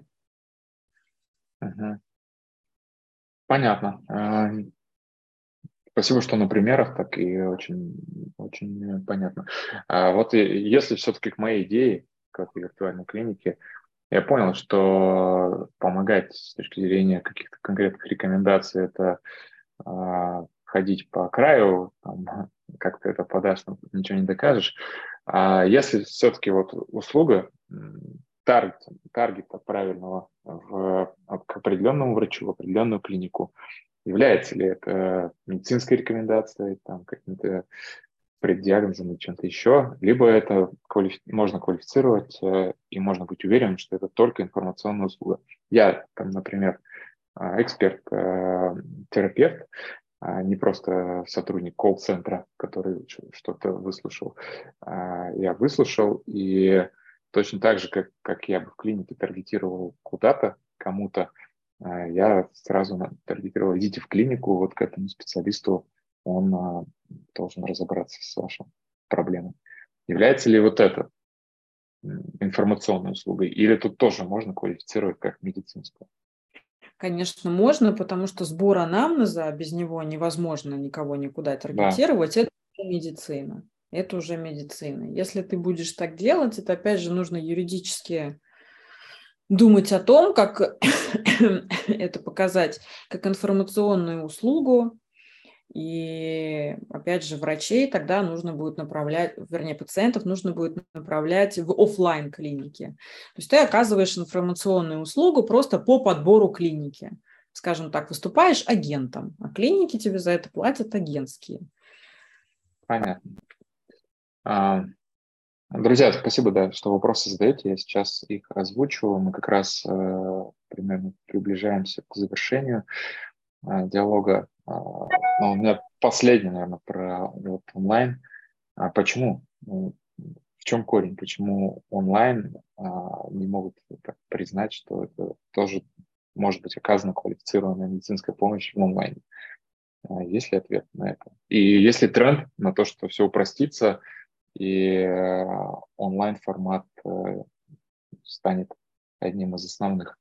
Понятно. Спасибо, что на примерах так и очень, очень понятно. Вот если все-таки к моей идее, как в виртуальной клинике, я понял, что помогать с точки зрения каких-то конкретных рекомендаций, это ходить по краю, там, как ты это подашь, но тут ничего не докажешь. А если все-таки вот услуга, таргета правильного к определенному врачу, в определенную клинику, является ли это медицинской рекомендацией, там, каким-то преддиагнозом или чем-то еще, либо это можно квалифицировать и можно быть уверенным, что это только информационная услуга. Я, там, например, эксперт-терапевт, не просто сотрудник колл-центра, который что-то выслушал. Я выслушал, и точно так же, как я бы в клинике таргетировал куда-то, кому-то, я сразу таргетировал, идите в клинику, вот к этому специалисту, он должен разобраться с вашей проблемой. Является ли вот это информационной услугой, или тут тоже можно квалифицировать как медицинскую? Конечно, можно, потому что сбор анамнеза, без него невозможно никого никуда таргетировать, это уже медицина. Это уже медицина. Если ты будешь так делать, это опять же нужно юридически думать о том, как это показать как информационную услугу. И опять же, врачей тогда нужно будет направлять, вернее, пациентов нужно будет направлять в офлайн клиники. То есть ты оказываешь информационную услугу просто по подбору клиники. Скажем так, выступаешь агентом, а клиники тебе за это платят агентские. Понятно. Друзья, спасибо, да, что вопросы задаете. Я сейчас их озвучу. Мы как раз примерно приближаемся к завершению диалога. Но у меня последний, наверное, про вот онлайн. Почему? В чем корень? Почему онлайн не могут так признать, что это тоже может быть оказана квалифицированная медицинская помощь в онлайне? Есть ли ответ на это? И есть ли тренд на то, что все упростится, и онлайн-формат станет одним из основных?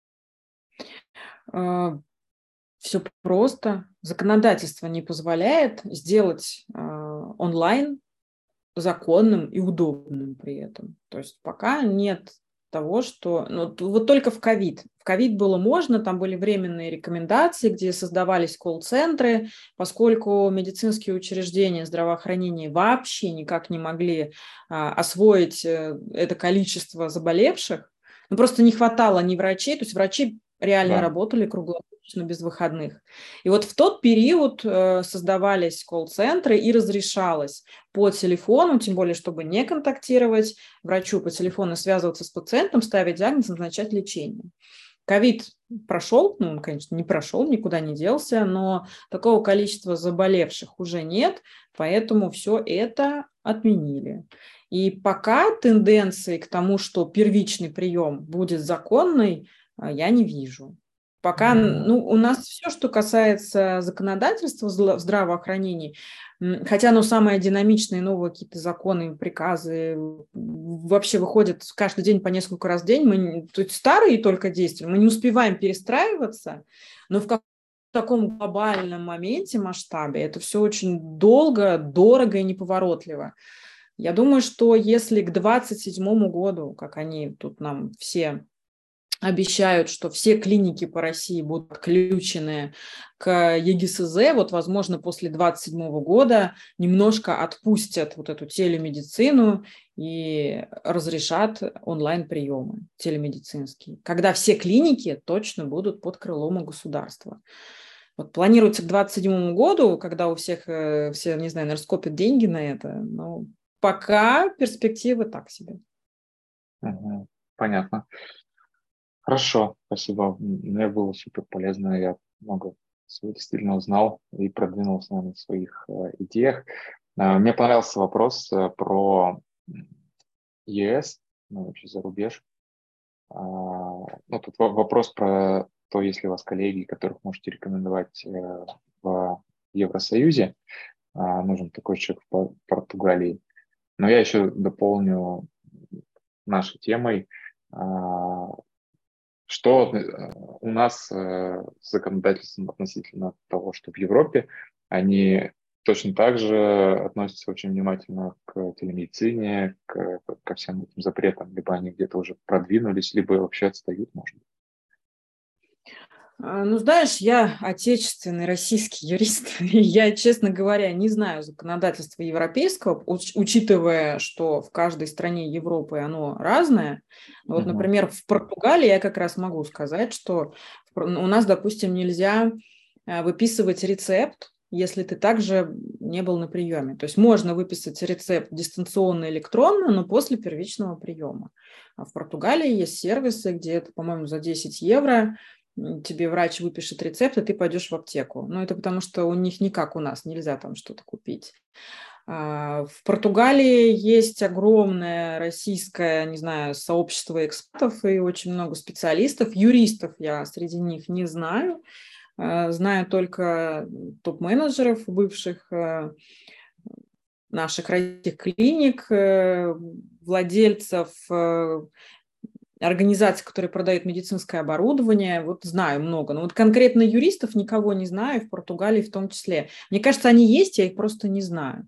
Все просто. Законодательство не позволяет сделать онлайн законным и удобным при этом. То есть пока нет того, что... Ну, вот только в ковид. В ковид было можно, там были временные рекомендации, где создавались колл-центры, поскольку медицинские учреждения здравоохранения вообще никак не могли освоить это количество заболевших. Ну, просто не хватало ни врачей, то есть врачи реально работали круглосуточно без выходных. И вот в тот период создавались колл-центры и разрешалось по телефону, тем более, чтобы не контактировать, врачу по телефону связываться с пациентом, ставить диагноз, назначать лечение. Ковид прошел, ну, он, конечно, не прошел, никуда не делся, но такого количества заболевших уже нет, поэтому все это отменили. И пока тенденции к тому, что первичный прием будет законный, я не вижу. Пока, ну, у нас все, что касается законодательства в здравоохранении, хотя оно самое динамичное, новые какие-то законы, приказы вообще выходят каждый день по несколько раз в день, мы тут старые только действуем, мы не успеваем перестраиваться, но в таком глобальном моменте, масштабе, это все очень долго, дорого и неповоротливо. Я думаю, что если к 2027 году, как они тут нам все обещают, что все клиники по России будут подключены к ЕГСЗ. Вот, возможно, после 2027 года немножко отпустят вот эту телемедицину и разрешат онлайн-приемы телемедицинские, когда все клиники точно будут под крылом у государства. Вот планируется к 2027 году, когда у всех, все, не знаю, наверное, скопят деньги на это, но пока перспективы так себе. Мгм. Понятно. Хорошо, спасибо. Мне было супер полезно. Я много всего действительно узнал и продвинулся, наверное, в своих идеях. Мне понравился вопрос про ЕС, ну, вообще за рубеж. Ну, тут вопрос про то, есть ли у вас коллеги, которых можете рекомендовать в Евросоюзе. Нужен такой человек в Португалии. Но я еще дополню нашей темой, что у нас с законодательством относительно того, что в Европе они точно так же относятся очень внимательно к телемедицине, ко всем этим запретам, либо они где-то уже продвинулись, либо вообще отстают, может быть. Ну, знаешь, я отечественный российский юрист, и я, честно говоря, не знаю законодательства европейского, учитывая, что в каждой стране Европы оно разное. Вот, Мгм. например, в Португалии я как раз могу сказать, что у нас, допустим, нельзя выписывать рецепт, если ты также не был на приеме. То есть можно выписать рецепт дистанционно, электронно, но после первичного приема. А в Португалии есть сервисы, где это, по-моему, за 10 евро тебе врач выпишет рецепт, и ты пойдешь в аптеку. Но это потому, что у них не как у нас, нельзя там что-то купить. В Португалии есть огромное российское, не знаю, сообщество экспертов и очень много специалистов. Юристов я среди них не знаю. Знаю только топ-менеджеров бывших наших российских клиник, владельцев организаций, которые продают медицинское оборудование, вот знаю много. Но вот конкретно юристов никого не знаю, в Португалии в том числе. Мне кажется, они есть, я их просто не знаю.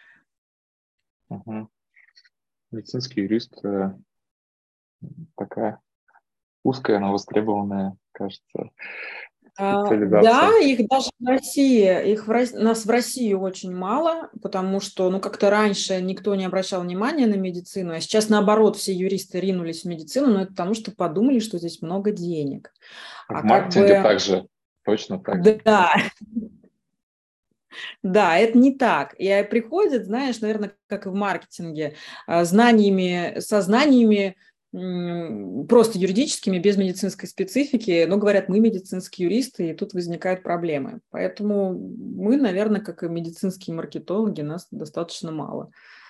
Мгм. Медицинский юрист такая узкая, но востребованная, кажется, Да, специализация. их даже в России, нас в России очень мало, потому что, ну, как-то раньше никто не обращал внимания на медицину, а сейчас, наоборот, все юристы ринулись в медицину, но это потому что подумали, что здесь много денег. В А как маркетинге бы, также, точно так же. да, да, это не так. И приходят, знаешь, наверное, как и в маркетинге, знаниями, со знаниями просто юридическими, без медицинской специфики, но говорят, мы медицинские юристы, и тут возникают проблемы. Поэтому мы, наверное, как и медицинские маркетологи, нас достаточно мало.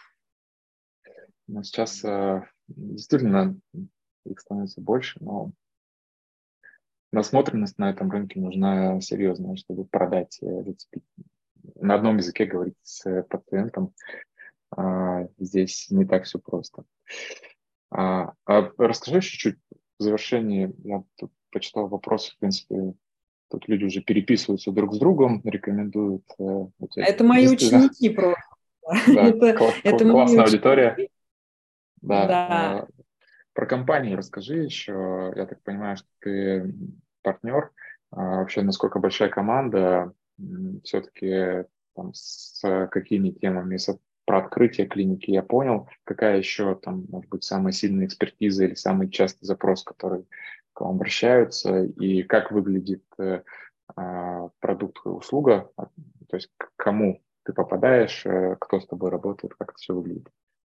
Но сейчас действительно их становится больше, но насмотренность на этом рынке нужна серьезная, чтобы продать, зацепить. На одном языке говорить с пациентом здесь не так все просто. Расскажи чуть-чуть в завершении. Я тут почитал вопросы, в принципе, тут люди уже переписываются друг с другом, рекомендуют. Это мои Действительно, ученики просто. да, Это мои классная аудитория. ученики. Да, Да. про компанию расскажи еще. Я так понимаю, что ты партнер. Вообще, насколько большая команда, все-таки там, с какими темами, про открытие клиники я понял. Какая еще там, может быть, самая сильная экспертиза или самый частый запрос, который к вам обращаются, и как выглядит продукт и услуга, то есть к кому ты попадаешь, кто с тобой работает, как это все выглядит.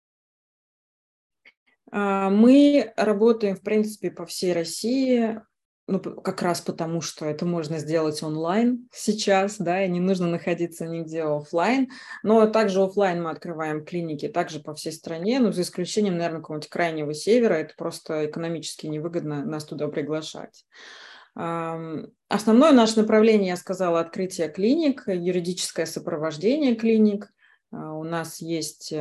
Мы работаем, в принципе, по всей России, ну, как раз потому, что это можно сделать онлайн сейчас, да, и не нужно находиться нигде офлайн. Но также офлайн мы открываем клиники также по всей стране, ну, за исключением, наверное, какого-нибудь крайнего севера. Это просто экономически невыгодно нас туда приглашать. Основное наше направление, я сказала, открытие клиник, юридическое сопровождение клиник. У нас есть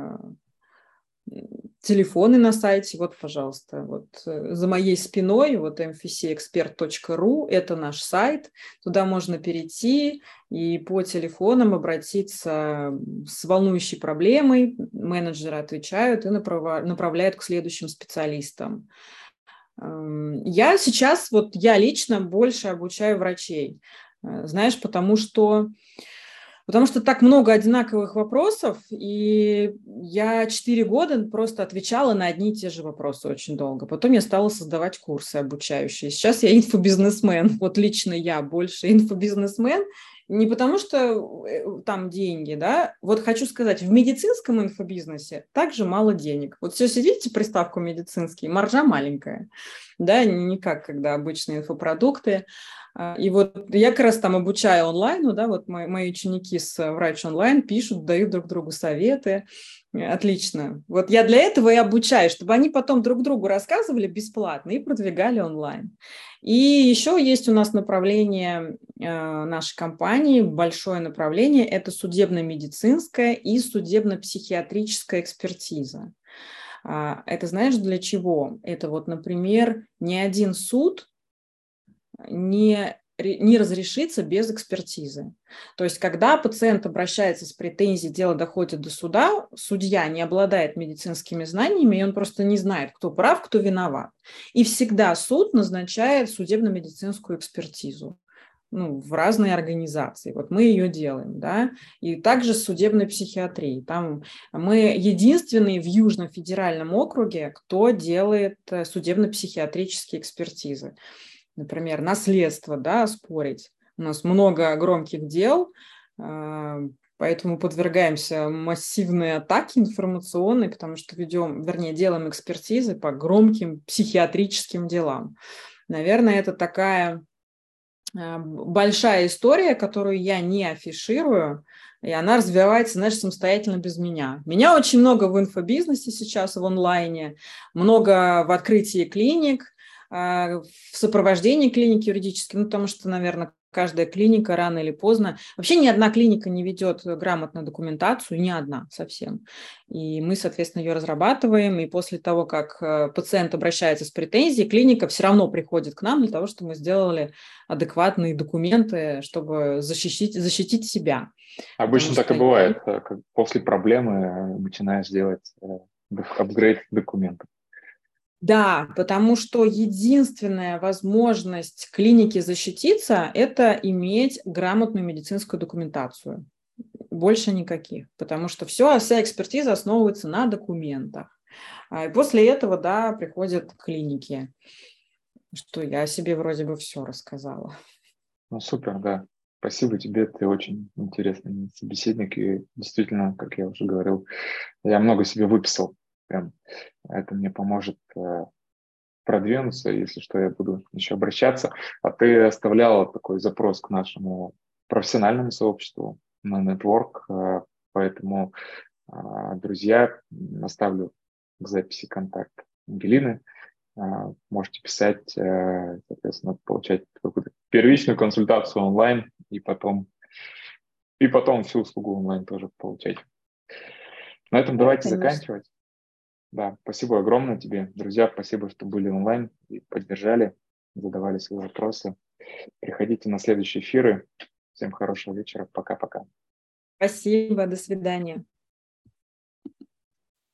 телефоны на сайте, вот, пожалуйста, вот за моей спиной, вот mfcexpert.ru, это наш сайт, туда можно перейти и по телефонам обратиться с волнующей проблемой, менеджеры отвечают и направляют к следующим специалистам. Я сейчас, вот я лично больше обучаю врачей, знаешь, потому что так много одинаковых вопросов, и я 4 года просто отвечала на одни и те же вопросы очень долго. Потом я стала создавать курсы обучающие. Сейчас я инфобизнесмен. Вот лично я больше инфобизнесмен. Не потому что там деньги, да. Вот хочу сказать, в медицинском инфобизнесе также мало денег. Вот все видите приставку медицинский, маржа маленькая, да, не как когда обычные инфопродукты. И вот я как раз там обучаю онлайну, да, вот мои ученики с Врач онлайн пишут, дают друг другу советы. Отлично. Вот я для этого и обучаю, чтобы они потом друг другу рассказывали бесплатно и продвигали онлайн. И еще есть у нас направление нашей компании, большое направление, это судебно-медицинская и судебно-психиатрическая экспертиза. Это знаешь для чего? Это вот, например, ни один суд не разрешится без экспертизы. То есть, когда пациент обращается с претензией, дело доходит до суда, судья не обладает медицинскими знаниями, и он просто не знает, кто прав, кто виноват. И всегда суд назначает судебно-медицинскую экспертизу, в разные организации. Вот мы ее делаем, да, и также с судебной психиатрией. Там мы единственные в Южном федеральном округе, кто делает судебно-психиатрические экспертизы. Например, наследство, да, спорить. У нас много громких дел, поэтому подвергаемся массивной атаке информационной, потому что делаем экспертизы по громким психиатрическим делам. Наверное, это такая большая история, которую я не афиширую, и она развивается, знаешь, самостоятельно без меня. Меня очень много в инфобизнесе сейчас, в онлайне, много в открытии клиник, в сопровождении клиники юридически, потому что, наверное, каждая клиника рано или поздно, вообще ни одна клиника не ведет грамотно документацию, ни одна совсем. И мы, соответственно, ее разрабатываем, и после того, как пациент обращается с претензией, клиника все равно приходит к нам для того, чтобы мы сделали адекватные документы, чтобы защитить себя. Потому Обычно так и что бывает, как после проблемы начинаешь делать апгрейд документов. да, потому что единственная возможность клиники защититься – это иметь грамотную медицинскую документацию. Больше никаких, потому что вся экспертиза основывается на документах. И после этого, да, приходят клиники, что я о себе вроде бы все рассказала. Ну, супер, да. Спасибо тебе, ты очень интересный собеседник, и действительно, как я уже говорил, я много себе выписал. Прям это мне поможет продвинуться, если что, я буду еще обращаться. А ты оставляла такой запрос к нашему профессиональному сообществу на нетворк, поэтому, друзья, оставлю к записи контакт Ангелины. Можете писать, соответственно, получать какую-то первичную консультацию онлайн и потом всю услугу онлайн тоже получать. На этом Да, давайте конечно. заканчивать. Да, спасибо огромное тебе, друзья, спасибо, что были онлайн и поддержали, задавали свои вопросы. Приходите на следующие эфиры. Всем хорошего вечера. Пока-пока. Спасибо, до свидания.